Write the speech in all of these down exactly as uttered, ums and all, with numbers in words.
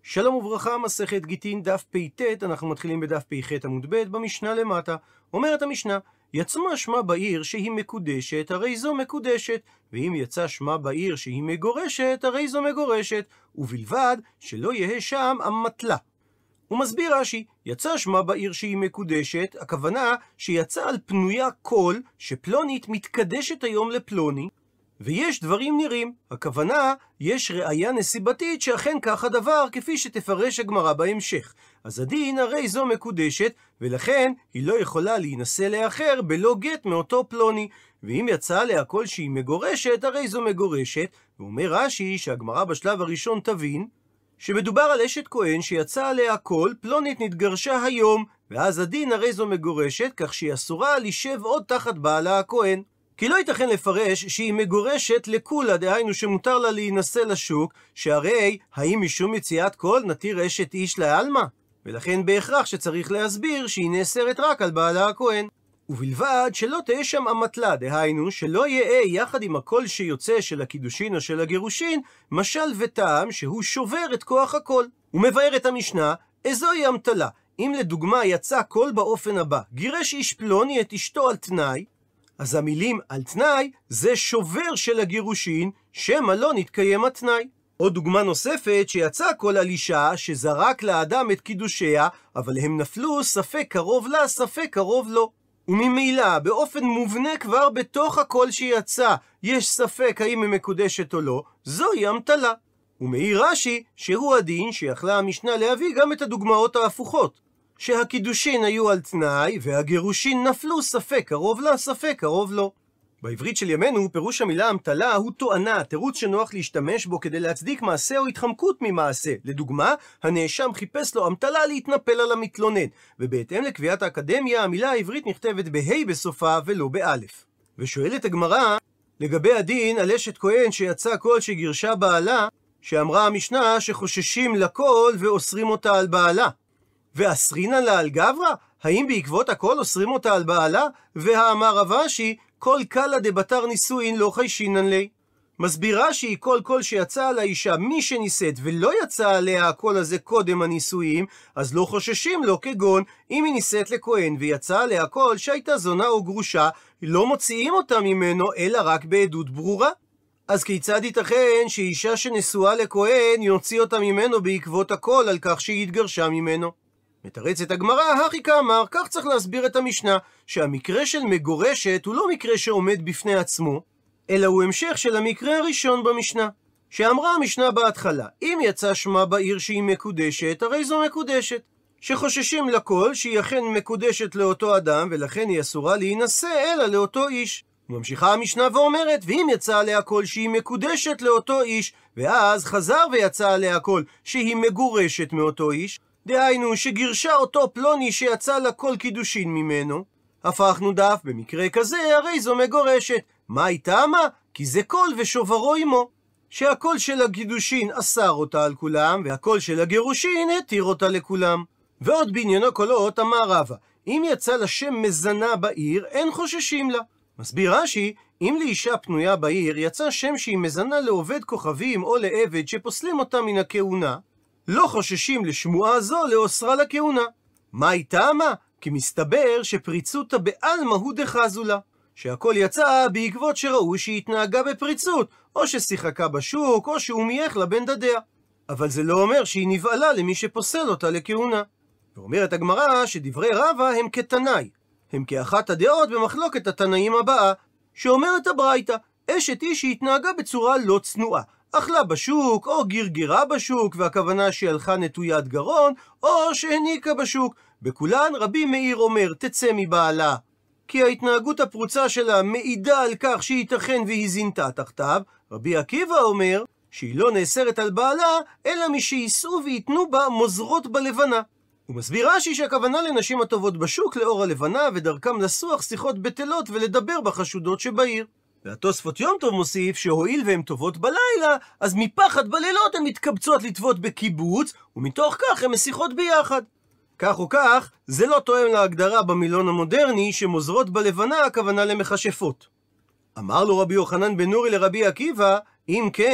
שלום וברכה, מסכת גיטין דף פ"ט, אנחנו מתחילים בדף פ"ח עמוד ב' במשנה למטה. אומרת המשנה, יצא שמה בעיר שהיא מקודשת, הרי זו מקודשת, ואם יצא שמה בעיר שהיא מגורשת, הרי זו מגורשת, ובלבד שלא יהיה שם אמתלה. הוא מסביר רש"י, יצא שמה בעיר שהיא מקודשת, הכוונה שיצא על פנויה כל שפלונית מתקדשת היום לפלוני, ויש דברים נראים, הכוונה יש ראיה נסיבתית שאכן כך הדבר, כפי שתפרש הגמרא בהמשך. אז הדין הרי זו מקודשת, ולכן היא לא יכולה להינשא לאחר בלא גט מאותו פלוני. ואם יצא עליה כל שהיא מגורשת, הרי זו מגורשת. ואומר רש"י שהגמרא בשלב הראשון תבין שמדובר על אשת כהן שיצא עליה כל, פלונית נתגרשה היום, ואז הדין הרי זו מגורשת, כך שהיא אסורה לשב עוד תחת בעלה הכהן. כי לא ייתכן לפרש שהיא מגורשת לכולה, דהיינו שמותר לה להינשא לשוק, שהרי האם משום יציאת כל נתיר אשת איש לעלמא? ולכן בהכרח שצריך להסביר שהיא נאסרת רק על בעלה הכהן. ובלבד שלא תהיה שם אמתלה, דהיינו שלא יהיה יחד עם הקול שיוצא של הקידושין או של הגירושין, משל וטעם שהוא שובר את כוח הקול. הוא מבאר את המשנה, איזוהי אמתלה. אם לדוגמה יצא קול באופן הבא, גירש איש פלוני את אשתו על תנאי, אז המילים על תנאי זה שובר של הגירושין, שמא לא נתקיים התנאי. או דוגמה נוספת שיצא קול על אישה שזרק לאדם את קידושיה, אבל הם נפלו ספק קרוב לה, ספק קרוב לו. וממילא באופן מובנה כבר בתוך הקול שיצא יש ספק האם היא מקודשת או לא, זוהי אמתלה. ומעיר רש"י שהוא הדין שיכלה המשנה להביא גם את הדוגמאות ההפוכות, שהקידושין היו על תנאי והגירושין נפלו ספק קרוב לה, ספק קרוב לו. בעברית של ימינו פירוש המילה אמתלה הוא תואנה, תירוץ שנוח להשתמש בו כדי להצדיק מעשה או התחמקות ממעשה. לדוגמה, הנאשם חיפש לו אמתלה להתנפל על המתלונן, ובהתאם לקביעת האקדמיה המילה העברית נכתבת בה' בסופה ולא באלף. ושואלת הגמרא לגבי הדין על אשת כהן שיצא קול שגירשה בעלה, שאמרה המשנה שחוששים לקול ואוסרים אותה על בעלה. ואסרינן לה על גברא? האם בעקבות הכל אוסרים אותה על בעלה? והאמר רב אשי, כל קלה דבתר נישואין לא חיישינן לי. מסבירה שהיא כל קול שיצא על האישה מי שנישאת ולא יצא עליה הקול הזה קודם הנישואים, אז לא חוששים לו, כגון אם היא נישאת לכהן ויצא עליה קול שהייתה זונה או גרושה, לא מוציאים אותה ממנו אלא רק בעדות ברורה. אז כיצד ייתכן שאישה שנשואה לכהן יוציא אותה ממנו בעקבות הקול על כך שהיא התגרשה ממנו? מתרצת הגמרא, הכי כאמר, כך צריך להסביר את המשנה, שהמקרה של מגורשת הוא לא מקרה שעומד בפני עצמו, אלא הוא המשך של המקרה הראשון במשנה, שאמרה המשנה בהתחלה, אם יצא שמה בעיר שהיא מקודשת, הרי זו מקודשת, שחוששים לכל שהיא אכן מקודשת לאותו אדם, ולכן היא אסורה להינשא אלא לאותו איש. וממשיכה המשנה ואומרת, ואם יצא עליה קול שהיא מקודשת לאותו איש, ואז חזר ויצא עליה קול שהיא מגורשת מאותו איש, דהיינו שגירשה אותו פלוני שיצא לה כל קידושין ממנו, הפכנו דף, במקרה כזה הרי זו מגורשת. מה היא טעמה? כי זה קול ושוברו עמו, שהקול של הקידושין אסר אותה על כולם, והקול של הגירושין התיר אותה לכולם. ועוד בעניינו קולות אמר רבא, אם יצא לה שם מזנה בעיר, אין חוששים לה. מסביר רש"י, אם לאישה פנויה בעיר יצא שם שהיא מזנה לעובד כוכבים או לעבד שפוסלים אותה מן הכהונה, לא חוששים לשמועה זו לאוסרה לכהונה. מה היא טעמה? כי מסתבר שפריצותא בעלמא הוא דחזו לה, שהכל יצא בעקבות שראו שהיא התנהגה בפריצות, או ששיחקה בשוק, או שהוא מייך לבן דדיה. אבל זה לא אומר שהיא נבעלה למי שפוסל אותה לכהונה. ואומרת הגמרא שדברי רבא הם כתנאי, הם כאחת הדעות במחלוקת התנאים הבאה, שאומרת הברייתא, אשת איש שהתנהגה בצורה לא צנועה, אכלה בשוק, או גרגרה בשוק, והכוונה שהלכה נטוית גרון, או שהניקה בשוק. בכולן רבי מאיר אומר, תצא מבעלה, כי ההתנהגות הפרוצה שלה מעידה על כך שייתכן והיא זינתה תחתיו. רבי עקיבא אומר, שהיא לא נאסרת על בעלה, אלא משייסעו ויתנו בה מוזרות בלבנה. הוא מסביר רש"י שהכוונה לנשים הטובות בשוק לאור הלבנה, ודרכם לסוח שיחות בטלות ולדבר בחשודות שבעיר. והתוספות יום טוב מוסיף שהואיל והן טובות בלילה, אז מפחד בלילות הן מתקבצות לטוות בקיבוץ, ומתוך כך הן משיחות ביחד. כך או כך, זה לא תואם להגדרה במילון המודרני שמוזרות בלבנה הכוונה למכשפות. אמר לו רבי יוחנן בן נורי לרבי עקיבא, אם כן,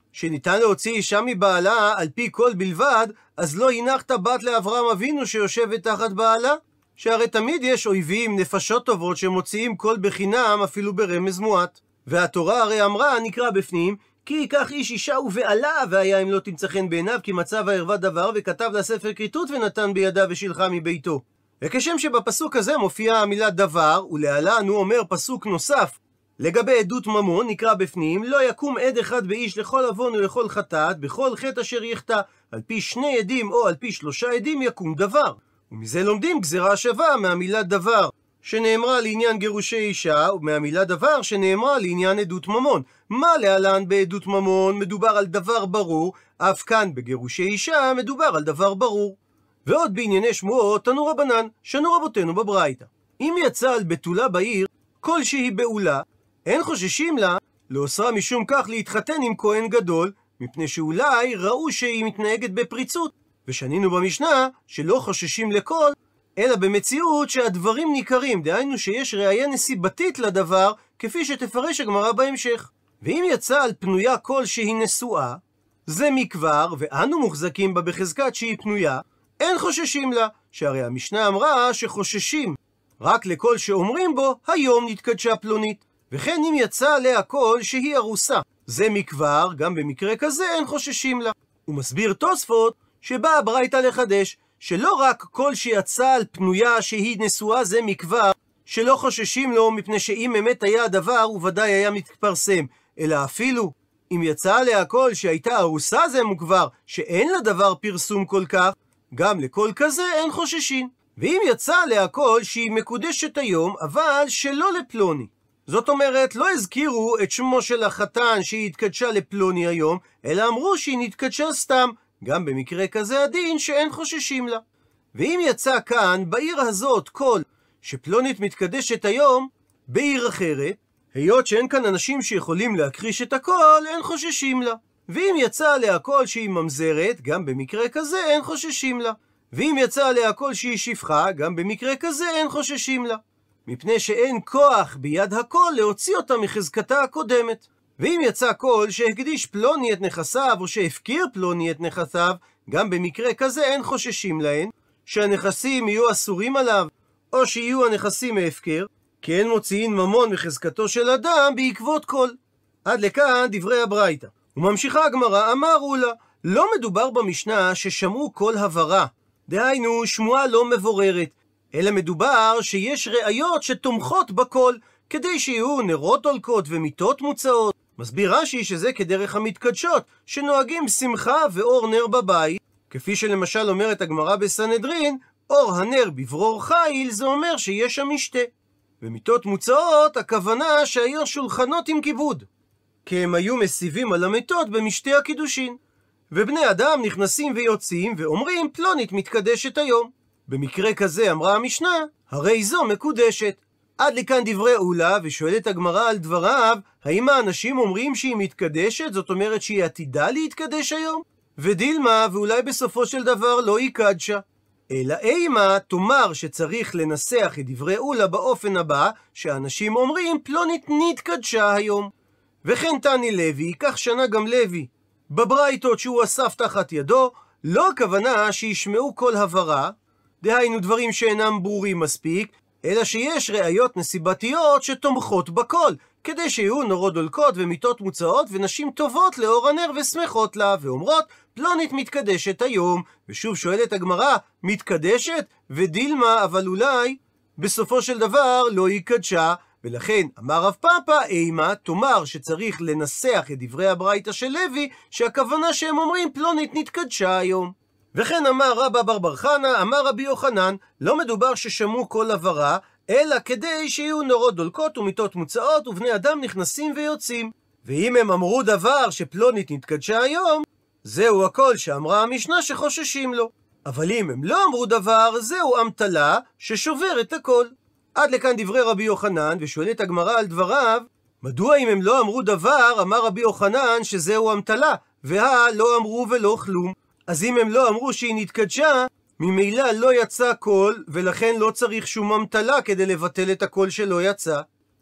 שניתן להוציא אישה מבעלה על פי קול בלבד, אז לא הנחת בת לאברהם אבינו שיושבת תחת בעלה? שהרי תמיד יש אויבים, נפשות טובות, שמוציאים קול בחינם אפילו ברמז מועט. והתורה הרי אמרה, נקרא בפנים, כי ייקח איש אישה ובעלה, והיה אם לא תמצא חן בעיניו, כי מצא וערווה דבר, וכתב לה ספר כריתות ונתן בידה ושילחה מביתו. וכשם שבפסוק הזה מופיעה המילה דבר, ולהלן הוא אומר פסוק נוסף, לגבי עדות ממון, נקרא בפנים, לא יקום עד אחד באיש לכל עוון ולכל חטאת, בכל חטא אשר יחטא, על פי שני עדים או על פי שלושה עדים יקום דבר. ומזה לומדים גזירה שווה מהמילה דבר, שנאמרה לעניין גירושי אישה, ומהמילה דבר שנאמרה לעניין עדות ממון. מה להלן בעדות ממון? מדובר על דבר ברור, אף כאן בגירושי אישה מדובר על דבר ברור. ועוד בענייני שמועות, תנו רבנן, שנו רבותינו בברייתא. אם יצא על בתולה בעיר, כלשהי בעולה, אין חוששים לה לאוסרה משום כך להתחתן עם כהן גדול, מפני שאולי ראו שהיא מתנהגת בפריצות. ושנינו במשנה שלא חוששים לכל, אלא במציאות שהדברים ניכרים, דהיינו שיש ראיה נסיבתית לדבר, כפי שתפרש הגמרא בהמשך. ואם יצא על פנויה כלשהי נשואה, זה מכבר, ואנו מוחזקים בה בחזקת שהיא פנויה, אין חוששים לה, שהרי המשנה אמרה שחוששים רק לכל שאומרים בו, היום נתקדשה פלונית. וכן אם יצא עליה כל שהיא ארוסה, זה מכבר, גם במקרה כזה אין חוששים לה. הוא מסביר תוספות שבאה הברייתא לחדש, שלא רק כל שיצא על פנויה שהיא נשואה זה מכבר, שלא חוששים לו מפני שאם אמת היה הדבר הוא ודאי היה מתפרסם, אלא אפילו אם יצא עליה כל שהייתה ארוסה זה מכבר, שאין לה דבר פרסום כל כך, גם לכל כזה אין חוששים. ואם יצא עליה כל שהיא מקודשת היום, אבל שלא לפלוני, זאת אומרת, לא הזכירו את שמו של החתן שהיא התקדשה לפלוני היום, אלא אמרו שהיא נתקדשה סתם. גם במקרה כזה הדין שאין חוששים לה. ואם יצא כאן בעיר הזאת כל שפלונית מתקדשת היום בעיר אחרת, היות שאין כאן אנשים שיכולים להכחיש את הכל, אין חוששים לה. ואם יצא עליה כל שהיא ממזרת, גם במקרה כזה אין חוששים לה. ואם יצא עליה כל שהיא שפחה, גם במקרה כזה אין חוששים לה. מפני שאין כוח ביד הכל להוציא אותה מחזקתה הקודמת. ואם יצא כל שהקדיש פלוני את נכסיו, או שהפקיר פלוני את נכסיו, גם במקרה כזה אין חוששים להן, שהנכסים יהיו אסורים עליו, או שיהיו הנכסים מהפקר, כי אין מוציאים ממון מחזקתו של אדם בעקבות כל. עד לכאן דברי הברייתא. וממשיכה הגמרא, אמרו לה, לא מדובר במשנה ששמעו כל הברה, דהיינו שמועה לא מבוררת, אלא מדובר שיש ראיות שתומכות בכל, כדי שיהיו נרות דולקות ומיטות מוצאות. מסביר רש"י שזה כדרך המתקדשות, שנוהגים שמחה ואור נר בבית, כפי שלמשל אומרת הגמרא בסנהדרין, אור הנר בברור חיל, זה אומר שיש שם משתה. ומיטות מוצאות, הכוונה שהיו שולחנות עם כיבוד, כי הם היו מסיבים על המיטות במשתה הקידושין. ובני אדם נכנסים ויוצאים ואומרים פלונית מתקדשת היום. במקרה כזה אמרה המשנה, הרי זו מקודשת. עד לכאן דברי אולה, ושואלת הגמרא על דבריו, האם האנשים אומרים שהיא מתקדשת, זאת אומרת שהיא עתידה להתקדש היום? ודילמה, ואולי בסופו של דבר לא יקדשה. אלא אימה תאמר שצריך לנסח את דברי אולה באופן הבא, שאנשים אומרים פלונית נתקדשה היום. וכן תני לוי, כך שנה גם לוי, בברייתות שהוא אסף תחת ידו, לא הכוונה שישמעו כל הברה, דהיינו דברים שאינם ברורים מספיק, אלא שיש ראיות נסיבתיות שתומכות בכל, כדי שיהיו נורות דולקות ומיטות מוצאות ונשים טובות לאור הנר ושמחות לה, ואומרות פלונית מתקדשת היום. ושוב שואלת הגמרא, מתקדשת? ודילמה, אבל אולי בסופו של דבר לא יקדשה. ולכן אמר רב פאפא, אימה תאמר שצריך לנסח את דברי הברייתא של לוי, שהכוונה שהם אומרים פלונית נתקדשה היום. וכן אמר רבא בר בר חנא, אמר רבי יוחנן, לא מדובר ששמעו כל הברה, אלא כדי שיהיו נורות דולקות ומיטות מוצאות ובני אדם נכנסים ויוצאים. ואם הם אמרו דבר שפלונית נתקדשה היום, זהו הכל שאמרה המשנה שחוששים לו. אבל אם הם לא אמרו דבר, זהו אמתלה ששובר את הכל. עד לכאן דברי רבי יוחנן, ושואלת הגמרא על דבריו, מדוע אם הם לא אמרו דבר, אמר רבי יוחנן שזהו אמתלה, והא לא אמרו ולא כלום. אז אם הם לא אמרו שהיא נתקדשה, ממילא לא יצא קול, ולכן לא צריך שום אמתלה כדי לבטל את הקול שלא יצא.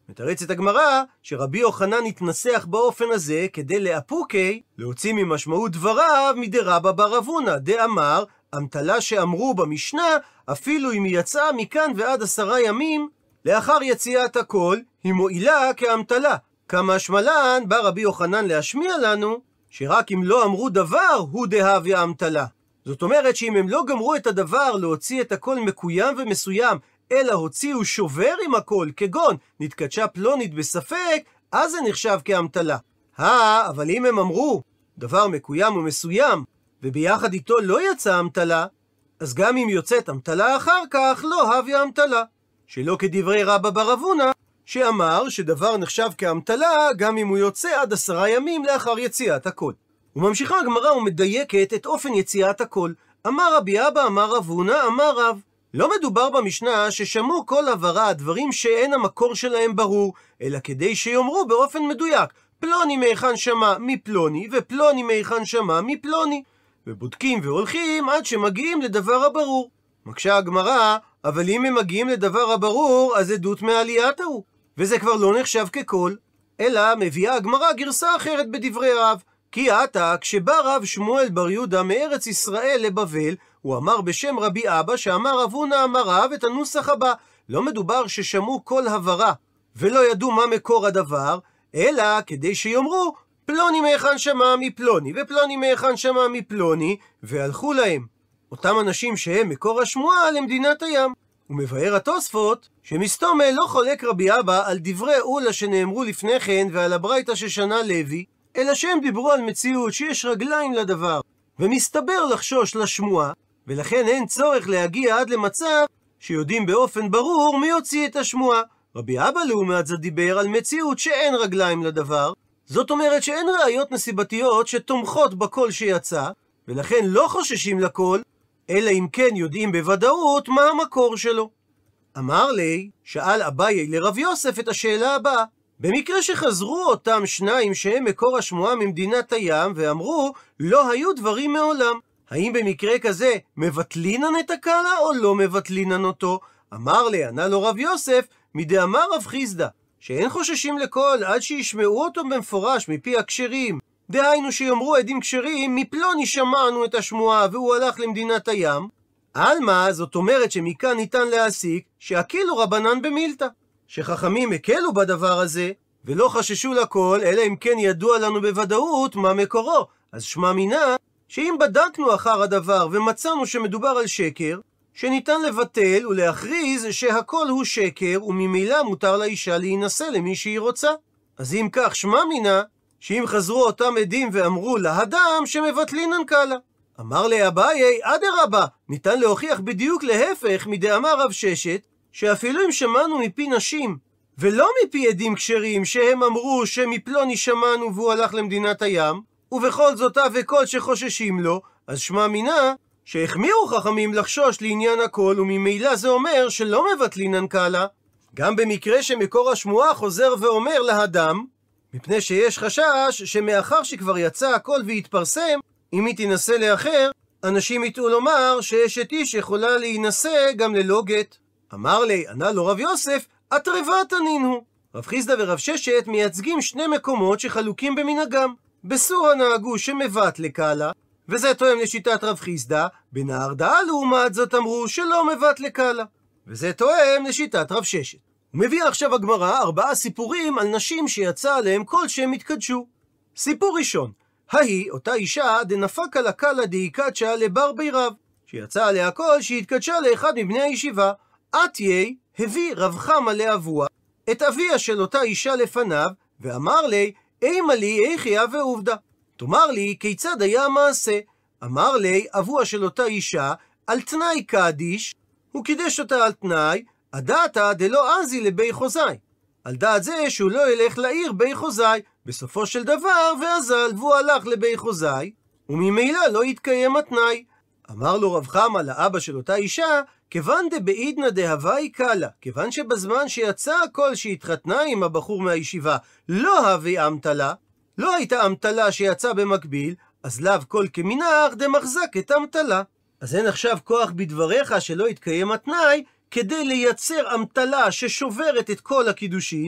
מתרצת הגמרא שרבי יוחנן התנסח באופן הזה כדי לאפוקי, להוציא ממשמעות דבריו מדרבא בר אבונה, דאמר, אמתלה שאמרו במשנה, אפילו אם היא יצאה מכאן ועד עשרה ימים, לאחר יציאת הכל, היא מועילה כאמתלה. כמה שמלן בא רבי יוחנן להשמיע לנו, שרק אם לא אמרו דבר, הוא דהוויה אמתלה. זאת אומרת שאם הם לא גמרו את הדבר להוציא את הכל מקוים ומסוים, אלא הוציאו שובר עם הכל, כגון נתקדשה פלונית בספק, אז זה נחשב כאמתלה. אה, אבל אם הם אמרו דבר מקוים ומסוים, וביחד איתו לא יצא אמתלה, אז גם אם יוצאת אמתלה אחר כך, לא הוויה אמתלה. שלא כדברי רבא בר אבונה, שאמר שדבר נחשב כאמתלה גם אם הוא יוצא עד עשרה ימים לאחר יציאת הכל. וממשיכה הגמרא ומדייקת את אופן יציאת הכל. אמר רבי אבא, אמר רב הונא, אמר רב. לא מדובר במשנה ששמעו כל הברה דברים שאין המקור שלהם ברור, אלא כדי שיאמרו באופן מדויק, פלוני מהיכן שמע מפלוני, ופלוני מהיכן שמע מפלוני. ובודקים והולכים עד שמגיעים לדבר הברור. מקשה הגמרא, אבל אם הם מגיעים לדבר הברור, אז עדות מעליית ההוא. וזה כבר לא נחשב ככל, אלא מביאה הגמרא גרסה אחרת בדברי רב. כי עתה, כשבא רב שמואל בר יהודה מארץ ישראל לבבל, הוא אמר בשם רבי אבא שאמר רב הונא אמר רב את הנוסח הבא. לא מדובר ששמעו כל הברה ולא ידעו מה מקור הדבר, אלא כדי שיאמרו פלוני מהיכן שמע מפלוני ופלוני מהיכן שמע מפלוני, והלכו להם אותם אנשים שהם מקור השמועה למדינת הים. ומבאר התוספות שמסתומא לא חולק רבי אבא על דברי אולה שנאמרו לפני כן ועל הברייתא ששנה לוי, אלא שהם דיברו על מציאות שיש רגליים לדבר, ומסתבר לחשוש לשמועה, ולכן אין צורך להגיע עד למצב שיודעים באופן ברור מי הוציא את השמועה. רבי אבא לעומת זה דיבר על מציאות שאין רגליים לדבר, זאת אומרת שאין ראיות נסיבתיות שתומכות בקול שיצא, ולכן לא חוששים לקול, אלא אם כן יודעים בוודאות מה המקור שלו. אמר לי, שאל אביי לרב יוסף את השאלה הבאה, במקרה שחזרו אותם שניים שהם מקור השמועה ממדינת הים ואמרו לא היו דברים מעולם, האם במקרה כזה מבטלינן את הקלה או לא מבטלינן אותו? אמר לי, ענה לו רב יוסף, מדאמר רב חיסדא, שאין חוששים לקול עד שישמעו אותו במפורש מפי הכשרים, דהיינו שיאמרו עדים כשרים מפלוני שמענו את השמועה והוא הלך למדינת הים. אלמה, זאת אומרת שמכאן ניתן להסיק שהקילו רבנן במילתא, שחכמים הקלו בדבר הזה ולא חששו לקול, אלא אם כן ידוע לנו בוודאות מה מקורו. אז שמע מינה שאם בדקנו אחר הדבר ומצאנו שמדובר על שקר, שניתן לבטל ולהכריז שהכל הוא שקר, וממילא מותר לאישה להינשא למי שהיא רוצה. אז אם כך שמע מינה שאם חזרו אותם עדים ואמרו להדם שמבטלינן קלה. אמר לאביי, אדרבה, ניתן להוכיח בדיוק להפך מדאמר רב ששת, שאפילו אם שמענו מפי נשים ולא מפי עדים כשרים שהם אמרו שמפלוני שמענו והוא הלך למדינת הים, ובכל זאת וכל שחוששים לו, אז שמע מינה שהחמירו חכמים לחשוש לעניין הכל, וממילא זה אומר שלא מבטלינן קלה, גם במקרה שמקור השמועה חוזר ואומר להדם, מפני שיש חשש שמאחר שכבר יצא הכל והתפרסם, אם היא תנסה לאחר, אנשים יטעו לומר שאשת איש יכולה להינשא גם ללא גט. אמר לי, ענה לו רב יוסף, אתרבה תנין הוא. רב חיסדא ורב ששת מייצגים שני מקומות שחלוקים במנהגם. בסורה נהגו שמבט לקלה, וזה תואם לשיטת רב חיסדא. בנהרדעא לעומת זאת אמרו שלא מבט לקלה, וזה תואם לשיטת רב ששת. הוא מביא עכשיו הגמרא ארבעה סיפורים על נשים שיצא עליהם כל שהם התקדשו. סיפור ראשון, ההיא אותה אישה דנפקה לה קלה דאיקדשה לבר בי רב, שיצא עליה כל שהתקדשה לאחד מבני הישיבה. עתיי הביא רב חמא לאבוה את אביה של אותה אישה לפניו, ואמר לי, אימה לי איכיה ועובדה, תאמר לי כיצד היה המעשה. אמר לי, אבוה של אותה אישה על תנאי קדיש, הוא קידש אותה על תנאי, הדעתה דלא אזי לבי חוזאי, על דעת זה שהוא לא ילך לעיר בי חוזאי. בסופו של דבר ואזל והוא הלך לבי חוזאי, וממילא לא יתקיים התנאי. אמר לו רב חמא לאבא של אותה אישה, כיוון דבעידנא דהווי קלה, כיוון שבזמן שיצא הכל שהתחתנה עם הבחור מהישיבה לא הווי אמתלה, לא הייתה אמתלה שיצא במקביל, אז לאו כל כמנהג דמחזק את אמתלה. אז אין עכשיו כוח בדבריך שלא יתקיים התנאי כדי לייצר אמתלה ששוברת את כל הקידושין,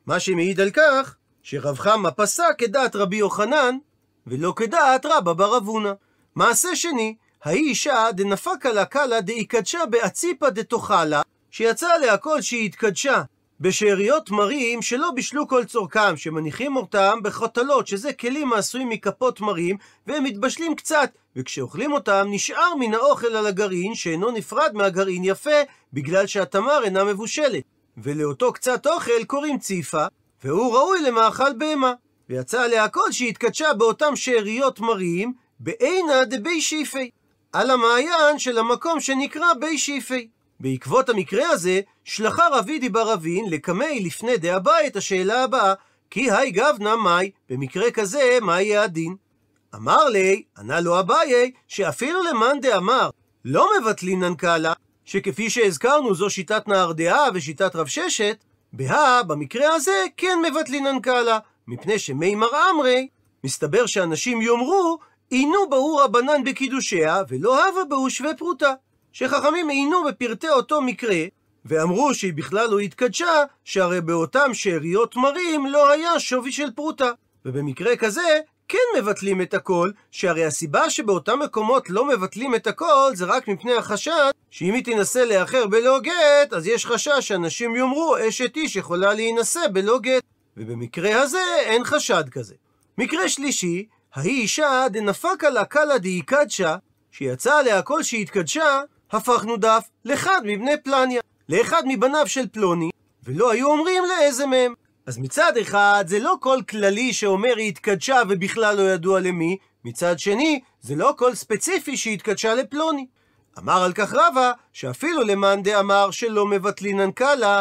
מה שמעיד על כך שרב חמא פסק כדעת רבי יוחנן ולא כדעת רבא בר אבונה. מעשה שני, ההיא אישה דנפקה לה קלה דאיקדשה באציפא דתוכלה, שיצא עליה כל שהיא התקדשה בשאריות תמרים שלא בישלו כל צורכם, שמניחים אותם בחתלות, שזה כלים העשויים מכפות תמרים, והם מתבשלים קצת, וכשאוכלים אותם נשאר מן האוכל על הגרעין שאינו נפרד מהגרעין יפה, בגלל שהתמר אינה מבושלת, ולאותו קצת אוכל קוראים ציפה, והוא ראוי למאכל בהמה. ויצא עליה כל שהיא התקדשה באותם שאריות תמרים בעינה דבי שיפי, על המעיין של המקום שנקרא בי שיפי. בעקבות המקרה הזה שלחה רבי דיבר רבין לקמי לפני דאביי את השאלה הבאה, כי היי גבנה מאי, במקרה כזה מה יהיה הדין? אמר לי, ענה לו אביי, שאפילו למאן דאמר לא מבטלינן קלה, שכפי שהזכרנו זו שיטת נהרדעה ושיטת רב ששת, בה במקרה הזה כן מבטלינן קלה, מפני שמימר אמרי, מסתבר שאנשים יאמרו עינו בהו רבנן בקידושיה ולא הווה בהו שווה פרוטה, שחכמים עינו בפרטי אותו מקרה ואמרו שהיא בכלל לא התקדשה, שהרי באותם שאריות תמרים לא היה שווי של פרוטה, ובמקרה כזה כן מבטלים את הכל, שהרי הסיבה שבאותם מקומות לא מבטלים את הכל זה רק מפני החשד שאם היא תנסה לאחר בלא גט אז יש חשש שאנשים יאמרו אשת איש יכולה להינשא בלא גט, ובמקרה הזה אין חשד כזה. מקרה שלישי, ההיא אישה דנפקה לה קלה דאיקדשה, שיצא עליה כל שהיא התקדשה, הפכנו דף לאחד מבני פלניה, לאחד מבניו של פלוני, ולא היו אומרים לאיזה מהם. אז מצד אחד זה לא כל כללי שאומר היא התקדשה ובכלל לא ידוע למי, מצד שני זה לא כל ספציפי שהיא התקדשה לפלוני. אמר על כך רבא שאפילו למאן דאמר שלא מבטלינן קלה,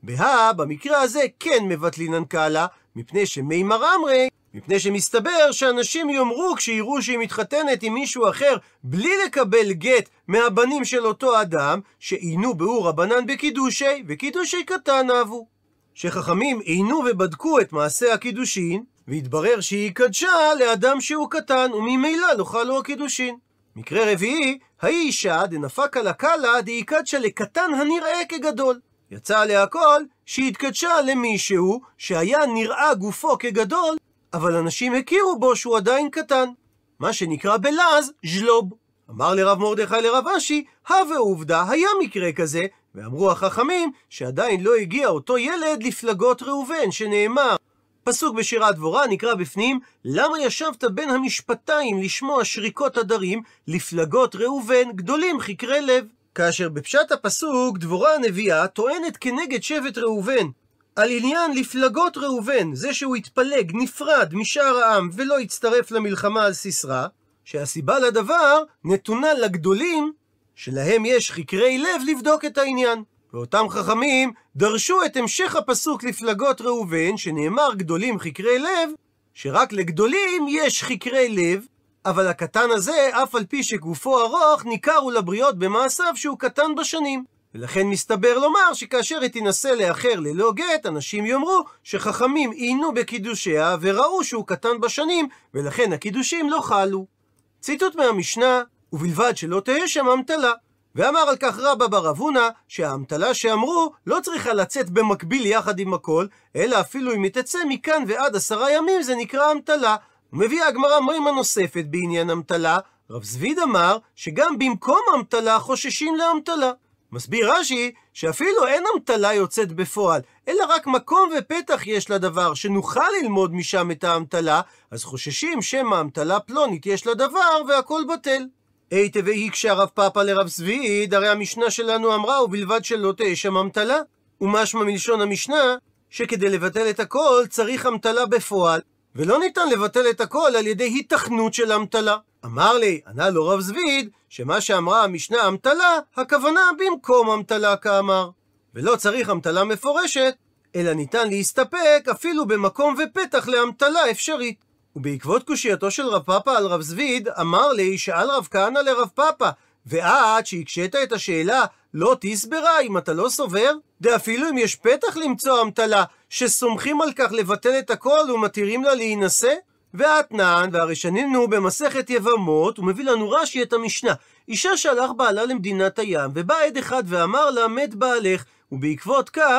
בה במקרה הזה כן מבטלינן קלה, מפני שמימר אמרי, מפני שמסתבר שאנשים יאמרו כשיראו שהיא מתחתנת עם מישהו אחר בלי לקבל גט מהבנים של אותו אדם, שעינו בהו רבנן בקידושי וקידושי קטן אהבו, שחכמים עינו ובדקו את מעשה הקידושין והתברר שהיא קדשה לאדם שהוא קטן וממילא לא חלו הקידושין. מקרה רביעי, ההיא אישה דנפקה לה קלה דאיקדשה לקטן הנראה כגדול, יצא עליה הכל שהיא התקדשה למישהו שהיה נראה גופו כגדול אבל אנשים הכירו בו שהוא עדיין קטן, מה שנקרא בלעז ז'לוב. אמר לרב מרדכי לרב אשי, הווה עובדה, היה מקרה כזה, ואמרו החכמים שעדיין לא הגיע אותו ילד לפלגות ראובן, שנאמר, פסוק בשירת דבורה נקרא בפנים, למה ישבת בין המשפטיים לשמוע שריקות הדרים, לפלגות ראובן גדולים חקרי לב. כאשר בפשט הפסוק דבורה הנביאה טוענת כנגד שבט ראובן, על עניין לפלגות ראובן, זה שהוא התפלג, נפרד משאר העם ולא הצטרף למלחמה על סיסרא, שהסיבה לדבר נתונה לגדולים שלהם יש חקרי לב לבדוק את העניין. ואותם חכמים דרשו את המשך הפסוק לפלגות ראובן, שנאמר גדולים חקרי לב, שרק לגדולים יש חקרי לב, אבל הקטן הזה, אף על פי שגופו ארוך, ניכר לבריות במעשיו שהוא קטן בשנים. ולכן מסתבר לומר שכאשר היא תנסה לאחר ללא גט, אנשים יאמרו שחכמים עינו בקידושיה וראו שהוא קטן בשנים, ולכן הקידושים לא חלו. ציטוט מהמשנה, ובלבד שלא תהיה שם המתלה. ואמר על כך רבא בר אבונה שההמתלה שאמרו לא צריכה לצאת במקביל יחד עם הכל, אלא אפילו אם היא תצא מכאן ועד עשרה ימים זה נקרא המתלה. ומביאה הגמרא מימה נוספת בעניין המתלה, רב זביד אמר שגם במקום המתלה חוששים להמתלה. מסביר רש"י שאפילו אין המתלה יוצאת בפועל, אלא רק מקום ופתח יש לדבר שנוכל ללמוד משם את ההמתלה, אז חוששים שמא המתלה פלונית יש לדבר והכל בטל. היטב והקשה רב פאפא לרב זביד, הרי המשנה שלנו אמרה ובלבד שלא תהיה שם המתלה, ומשמע מלשון המשנה שכדי לבטל את הכל צריך המתלה בפועל, ולא ניתן לבטל את הכל על ידי היתכנות של המתלה. אמר לי, ענה לו רב זביד, שמה שאמרה המשנה המתלה, הכוונה במקום המתלה כאמר, ולא צריך המתלה מפורשת, אלא ניתן להסתפק אפילו במקום ופתח להמתלה אפשרית. ובעקבות קושייתו של רב פאפא על רב זביד, אמר לי, שאל רב כהנא לרב פאפא, ועד שהקשית את השאלה, לא תסברה אם אתה לא סובר, דאפילו אם יש פתח למצוא המתלה, שסומכים על כך לבטל את הכל ומתירים לה להינשא? ואתנן, והרי שנינו במסכת יבמות, הוא מביא לנו רש"י את המשנה, אישה שהלך בעלה למדינת הים, ובא עד אחד ואמר לה מת בעלך, ובעקבות כך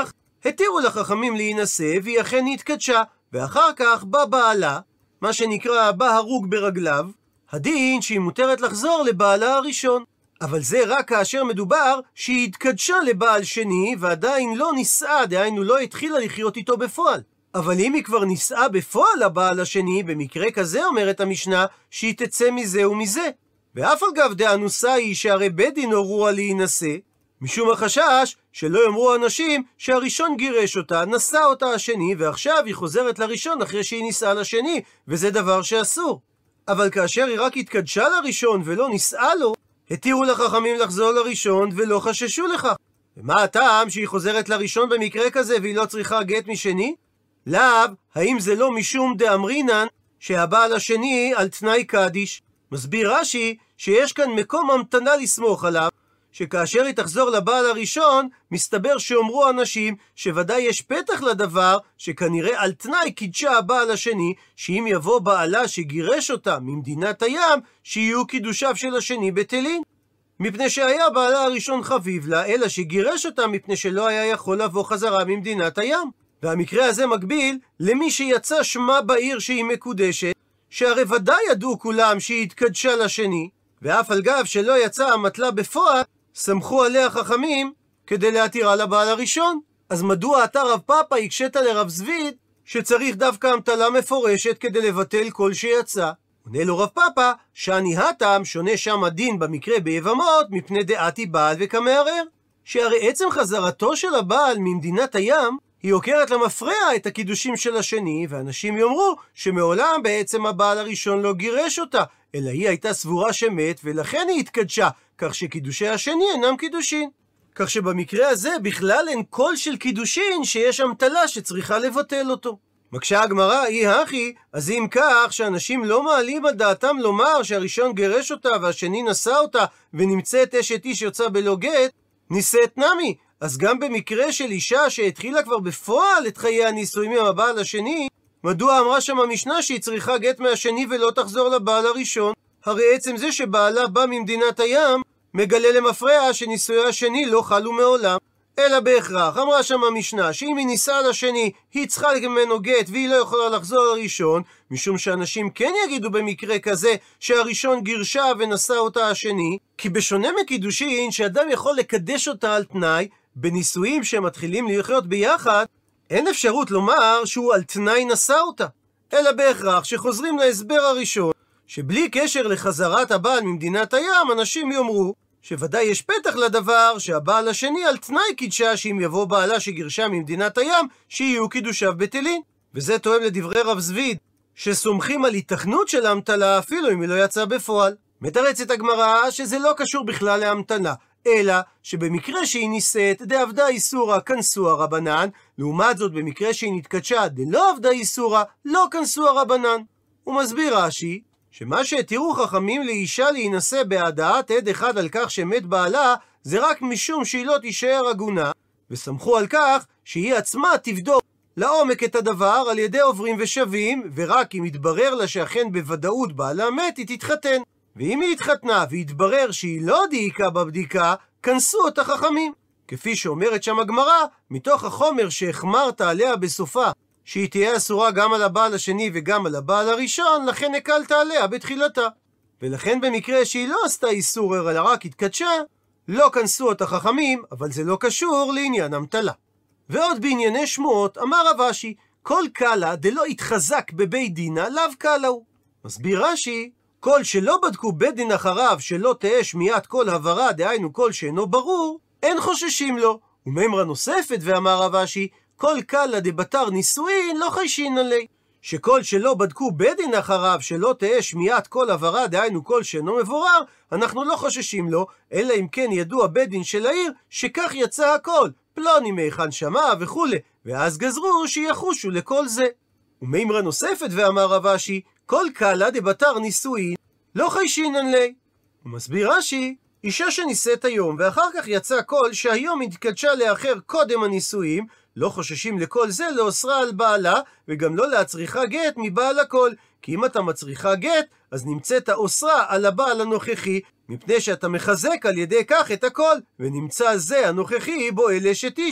התירו לחכמים להינשא, והיא אכן התקדשה, ואחר כך בא בעלה, מה שנקרא בא הרוג ברגליו, הדין שהיא מותרת לחזור לבעלה הראשון. אבל זה רק כאשר מדובר שהיא התקדשה לבעל שני, ועדיין לא נישאה, דהיינו לא התחילה לחיות איתו בפועל. אבל אם היא כבר נישאה בפועל לבעל השני, במקרה כזה אומרת המשנה שהיא תצא מזה ומזה. ואף על גב דאנוסה היא שהרי בית דין הורו על להינשא, משום החשש שלא יאמרו אנשים שהראשון גירש אותה, נשא אותה השני, ועכשיו היא חוזרת לראשון אחרי שהיא נישאה לשני, וזה דבר שאסור. אבל כאשר היא רק התקדשה לראשון ולא נישאה לו, התירו לחכמים לחזור לראשון ולא חששו לכך. ומה הטעם שהיא חוזרת לראשון במקרה כזה והיא לא צריכה גט משני? לאו, האם זה לא משום דאמרינן שהבעל השני על תנאי קדיש? מסביר רש"י שיש כאן מקום המתנה לסמוך עליו, שכאשר היא תחזור לבעל הראשון, מסתבר שאומרו אנשים שוודאי יש פתח לדבר, שכנראה על תנאי קידשה הבעל השני, שאם יבוא בעלה שגירש אותה ממדינת הים, שיהיו קידושיו של השני בטלין. מפני שהיה בעלה הראשון חביב לה, אלא שגירש אותה מפני שלא היה יכול לבוא חזרה ממדינת הים. והמקרה הזה מקביל למי שיצא שמה בעיר שהיא מקודשת, שהרי ודאי ידעו כולם שהיא התקדשה לשני, ואף על גב שלא יצא המטלה בפועל, סמכו עליה חכמים כדי להתירה לבעל הראשון. אז מדוע אתה רב פאפא הקשית לרב זביד שצריך דווקא המטלה מפורשת כדי לבטל כל שיצא? עונה לו רב פאפא שאני הטעם שונה שם הדין במקרה ביבמות מפני דעתי בעל וכמערער, שהרי עצם חזרתו של הבעל ממדינת הים היא עוקרת למפרע את הקידושים של השני, ואנשים יאמרו שמעולם בעצם הבעל הראשון לא גירש אותה, אלא היא הייתה סבורה שמת ולכן היא התקדשה, כך שקידושי השני אינם קידושין. כך שבמקרה הזה בכלל אין קול של קידושין שיש המטלה שצריכה לבטל אותו. מקשה הגמרא, אי הכי, אז אם כך שאנשים לא מעלים על דעתם לומר שהראשון גירש אותה והשני נשא אותה ונמצאת אשת איש יוצא בלא גט, נישאת נמי. אז גם במקרה של אישה שהתחילה כבר בפועל את חיי הנישואים עם הבעל השני, מדוע אמרה שם המשנה שהיא צריכה גט מהשני ולא תחזור לבעל הראשון? הרי עצם זה שבעלה בא ממדינת הים מגלה למפרע שנישואי השני לא חלו מעולם. אלא בהכרח אמרה שם המשנה שאם היא נישאה לשני היא צריכה ממנו גט והיא לא יכולה לחזור לראשון, משום שאנשים כן יגידו במקרה כזה שהראשון גירשה ונשא אותה השני, כי בשונה מקידושין שאדם יכול לקדש אותה על תנאי, בנישואים שמתחילים לחיות ביחד אין אפשרות לומר שהוא על תנאי נשא אותה, אלא בהכרח שחוזרים להסבר הראשון, שבלי קשר לחזרת הבעל ממדינת הים, אנשים יאמרו שוודאי יש פתח לדבר שהבעל השני על תנאי קידשה שאם יבוא בעלה שגירשה ממדינת הים, שיהיו קידושיו בטלים. וזה תואם לדברי רב זביד, שסומכים על התכנות של ההמתלה אפילו אם היא לא יצאה בפועל. מתרצת הגמרא שזה לא קשור בכלל להמתנה, אלא שבמקרה שהיא נישאת דעבדה איסורא כנסו הרבנן, לעומת זאת במקרה שהיא נתקדשה דלא עבדה איסורא לא כנסו הרבנן. הוא מסביר רש"י שמה שהתירו חכמים לאישה להינשא בהדעת עד אחד על כך שמת בעלה, זה רק משום שהיא לא תישאר עגונה, וסמכו על כך שהיא עצמה תבדוק לעומק את הדבר על ידי עוברים ושבים, ורק אם יתברר לה שאכן בוודאות בעלה מת, היא תתחתן. ואם היא התחתנה והתברר שהיא לא דייקה בבדיקה, כנסו אותה חכמים. כפי שאומרת שם הגמרא, מתוך החומר שהחמרת עליה בסופה, שהיא תהיה אסורה גם על הבעל השני וגם על הבעל הראשון, לכן הקלת עליה בתחילתה. ולכן במקרה שהיא לא עשתה איסור אלא רק התקדשה, לא כנסו אותה חכמים, אבל זה לא קשור לעניין המטלה. ועוד בענייני שמועות, אמר רב אשי, כל קלה דלא התחזק בבית דינה, לאו קלה הוא. מסביר רש"י, כל שלא בדקו בית דין אחריו שלא תהא שמיעת כל הברה, דהיינו כל שאינו ברור, אין חוששים לו. וממרה נוספת ואמר רב אשי, כל קלה דבתר נישואין לא חיישין עלי, שכל שלא בדקו בית דין אחריו שלא תהא שמיעת כל הברה, דהיינו כל שאינו מבורר, אנחנו לא חוששים לו, אלא אם כן ידוע בית דין של העיר שכך יצא הכל, פלוני מהיכן שמע וכו', ואז גזרו שיחושו לכל זה. וממרה נוספת ואמר רב אשי, כל קלה דבתר נישואין לא חיישין עלי. הוא מסביר רש"י, אישה שנישאת היום ואחר כך יצא קול שהיום התקדשה לאחר קודם הנישואים, לא חוששים לכל זה לאוסרה על בעלה, וגם לא להצריכה גט מבעל הכל, כי אם אתה מצריכה גט, אז נמצאת האוסרה על הבעל הנוכחי, מפני שאתה מחזק על ידי כך את הכל, ונמצא זה הנוכחי בו אל אשת איש,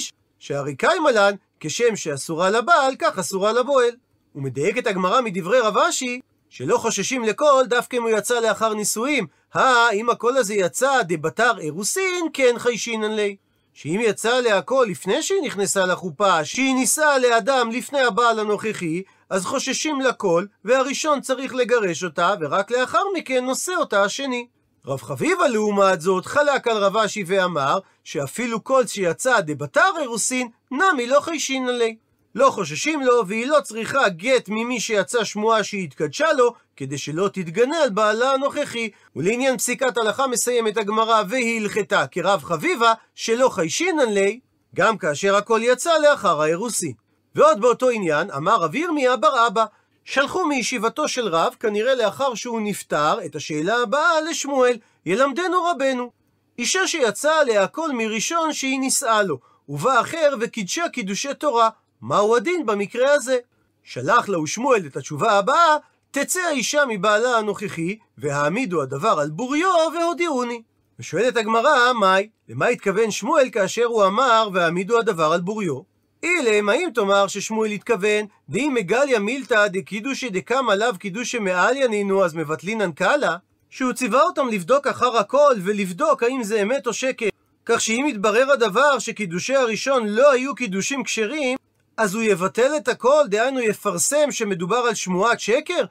שהרי קיימא לן, כשם שאסורה לבעל, כך אסורה לבועל. ומדייקת הגמרא מדברי רב אשי, שלא חוששים לקול דווקא אם הוא יצא לאחר נישואים. הא, אם הקול הזה יצא דבתר אירוסין, כן חיישינן לי. שאם יצא עליה קול לפני שהיא נכנסה לחופה, שהיא נישאה לאדם לפני הבעל הנוכחי, אז חוששים לקול, והראשון צריך לגרש אותה, ורק לאחר מכן נושא אותה השני. רב חביבה לעומת זאת חלק על רב אשי ואמר, שאפילו קול שיצא דבתר אירוסין, נמי לא חיישינן לי. לא חוששים לו, והיא לא צריכה גט ממי שיצא שמועה שהיא התקדשה לו, כדי שלא תתגנה על בעלה הנוכחי. ולעניין פסיקת הלכה מסיימת הגמרא, והיא הלכתה כרב חביבה, שלא חיישינן לי, גם כאשר הכל יצא לאחר האירוסין. ועוד באותו עניין, אמר רב ירמיה בר אבא, שלחו מישיבתו של רב, כנראה לאחר שהוא נפטר, את השאלה הבאה לשמואל, ילמדנו רבנו. אישה שיצא עליה הכל מראשון שהיא נישאה לו, ובא אחר וקידשה קידושי תורה, מהו הדין במקרה הזה? שלח לו שמואל את התשובה הבאה, תצא האישה מבעלה הנוכחי, והעמידו הדבר על בוריו והודיעוני. ושואלת הגמרא, מהי? למה התכוון שמואל כאשר הוא אמר, והעמידו הדבר על בוריו? אילם, האם תאמר ששמואל התכוון, דאם מגליה מילתא דקידושי דקמא לאו קידושי מעליה נינו, אז מבטלינן קלה? שהוא ציווה אותם לבדוק אחר הכל, ולבדוק האם זה אמת או שקר. כך שאם יתברר הדבר שקידושי הראשון לא היו קידושים כשרים, אז הוא יבטל את הכל, דהיינו יפרסם שמדובר על שמועת שקר,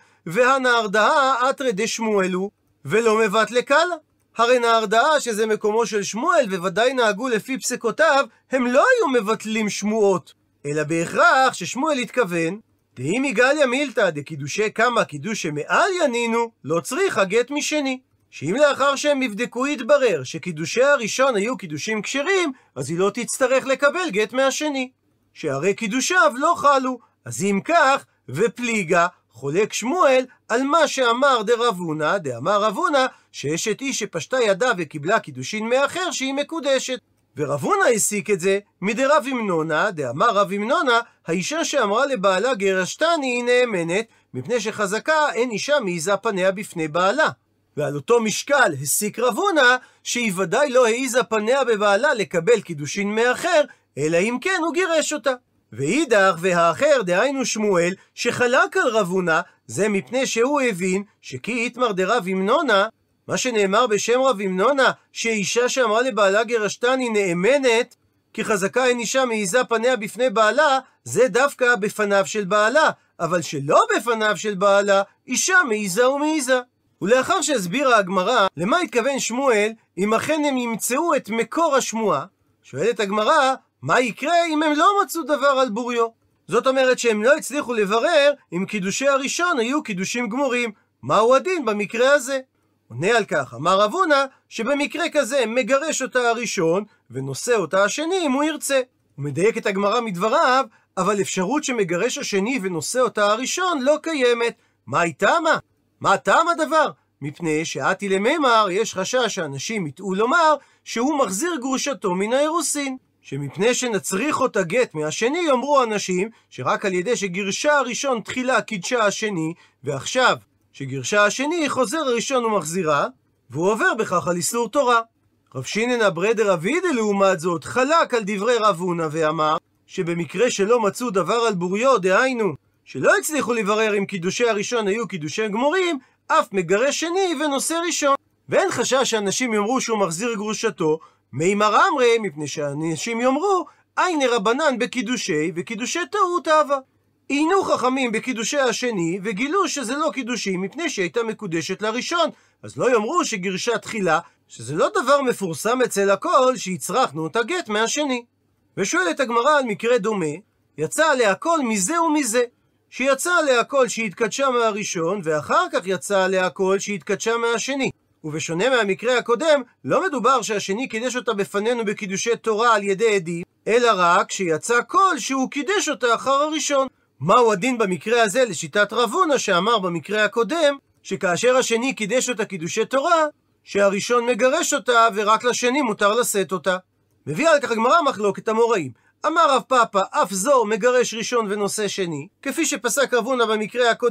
והנהרדאה אתרא דשמואלו, ולא מבטלה קלה. הרי נהרדאה שזה מקומו של שמואל, וודאי נהגו לפי פסקותיו, הם לא היו מבטלים שמועות, אלא בהכרח ששמואל התכוון, דאם יגליה מילתא דקידושי כמה קידושי מעליה נינו, לא צריכה גט משני. שאם לאחר שהם יבדקו יתברר שקידושי הראשון היו קידושים כשרים, אז היא לא תצטרך לקבל גט מהשני. שהרי קידושיו לא חלו, אז אם כך, ופליגה, חולק שמואל על מה שאמר דרב הונא, דאמר רב הונא, שאשת איש שפשטה ידה וקיבלה קידושין מאחר שהיא מקודשת. ורב הונא הסיק את זה מדרב אמנונה, דאמר רב אמנונה, האישה שאמרה לבעלה גרשתני היא נאמנת, מפני שחזקה אין אישה מעיזה פניה בפני בעלה. ועל אותו משקל הסיק רב הונא שהיא ודאי לא העיזה פניה בבעלה לקבל קידושין מאחר, אלא אם כן הוא גירש אותה. ואידך והאחר, דהיינו שמואל, שחלק על רב הונא, זה מפני שהוא הבין שכי איתמר דרב אמנונה, מה שנאמר בשם רב אמנונה, שאישה שאמרה לבעלה גרשתני נאמנת, כי חזקה אין אישה מעיזה פניה בפני בעלה, זה דווקא בפניו של בעלה, אבל שלא בפניו של בעלה, אישה מעיזה ומעיזה. ולאחר שהסבירה הגמרא למה התכוון שמואל, אם אכן הם ימצאו את מקור השמועה, שואלת הגמרא, מה יקרה אם הם לא מצאו דבר על בוריו? זאת אומרת שהם לא הצליחו לברר אם קידושי הראשון היו קידושים גמורים. מהו הדין במקרה הזה? עונה על כך, אמר רב הונא, שבמקרה כזה מגרש אותה הראשון ונושא אותה השני אם הוא ירצה. הוא מדייק את הגמרא מדבריו, אבל אפשרות שמגרש השני ונושא אותה הראשון לא קיימת. מה היא טעמה? מה טעם הדבר? מפני שעתי למימר יש חשש שאנשים יטעו לומר שהוא מחזיר גרושתו מן האירוסין. שמפני שנצריך אותה גט מהשני, יאמרו אנשים שרק על ידי שגירשה הראשון תחילה קידשה השני, ועכשיו שגירשה השני חוזר הראשון ומחזירה, והוא עובר בכך על איסור תורה. רב שינן אברי דרב הידא לעומת זאת חלק על דברי רב הונא ואמר שבמקרה שלא מצאו דבר על בוריו, דהיינו שלא הצליחו לברר אם קידושי הראשון היו קידושי גמורים, אף מגרש שני ונושא ראשון. ואין חשש שאנשים יאמרו שהוא מחזיר גרושתו, מימר אמרי, מפני שאנשים יאמרו, היינה רבנן בקידושי וקידושי טעות אהבה. עיינו חכמים בקידושי השני וגילו שזה לא קידושים מפני שהייתה מקודשת לראשון, אז לא יאמרו שגירשה תחילה, שזה לא דבר מפורסם אצל הכל שהצרכנו את הגט מהשני. ושואלת הגמרא על מקרה דומה, יצא עליה הכל מזה ומזה, שיצא עליה הכל שהתקדשה מהראשון ואחר כך יצא עליה הכל שהתקדשה מהשני. ובשונה מהמקרה הקודם, לא מדובר שהשני קידש אותה בפנינו בקידושי תורה על ידי עדים, אלא רק שיצא כל שהוא קידש אותה אחר הראשון. מהו הדין במקרה הזה לשיטת רב הונא שאמר במקרה הקודם, שכאשר השני קידש אותה קידושי תורה, שהראשון מגרש אותה ורק לשני מותר לשאת אותה? מביאה על כך הגמרא מחלוקת המוראים. אמר רב פאפא, אף זו מגרש ראשון ונושא שני, כפי שפסק רב הונא במקרה הקודם,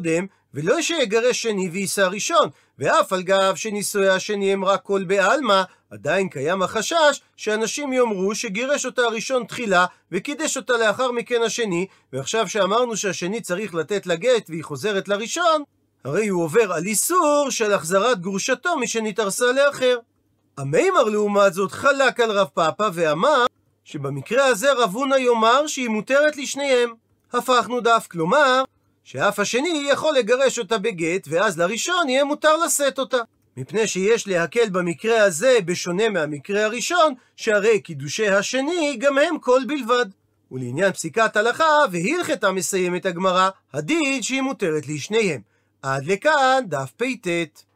ולא שיגרש שני ויישא ראשון, ואף על גב שנישואי השני הם רק קול בעלמא, עדיין קיים החשש שאנשים יאמרו שגירש אותה הראשון תחילה וקידש אותה לאחר מכן השני, ועכשיו שאמרנו שהשני צריך לתת לה גט והיא חוזרת לראשון, הרי הוא עובר על איסור של החזרת גרושתו משנתארסה לאחר. המימר לעומת זאת חלק על רב פאפא ואמר שבמקרה הזה רב הונא יאמר שהיא מותרת לשניהם. הפכנו דף, כלומר שאף השני יכול לגרש אותה בגט, ואז לראשון יהיה מותר לשאת אותה. מפני שיש להקל במקרה הזה בשונה מהמקרה הראשון, שהרי קידושי השני גם הם קול בלבד. ולעניין פסיקת הלכה והלכתה מסיימת הגמרא, הדין שהיא מותרת לשניהם. עד לכאן דף פ"ט.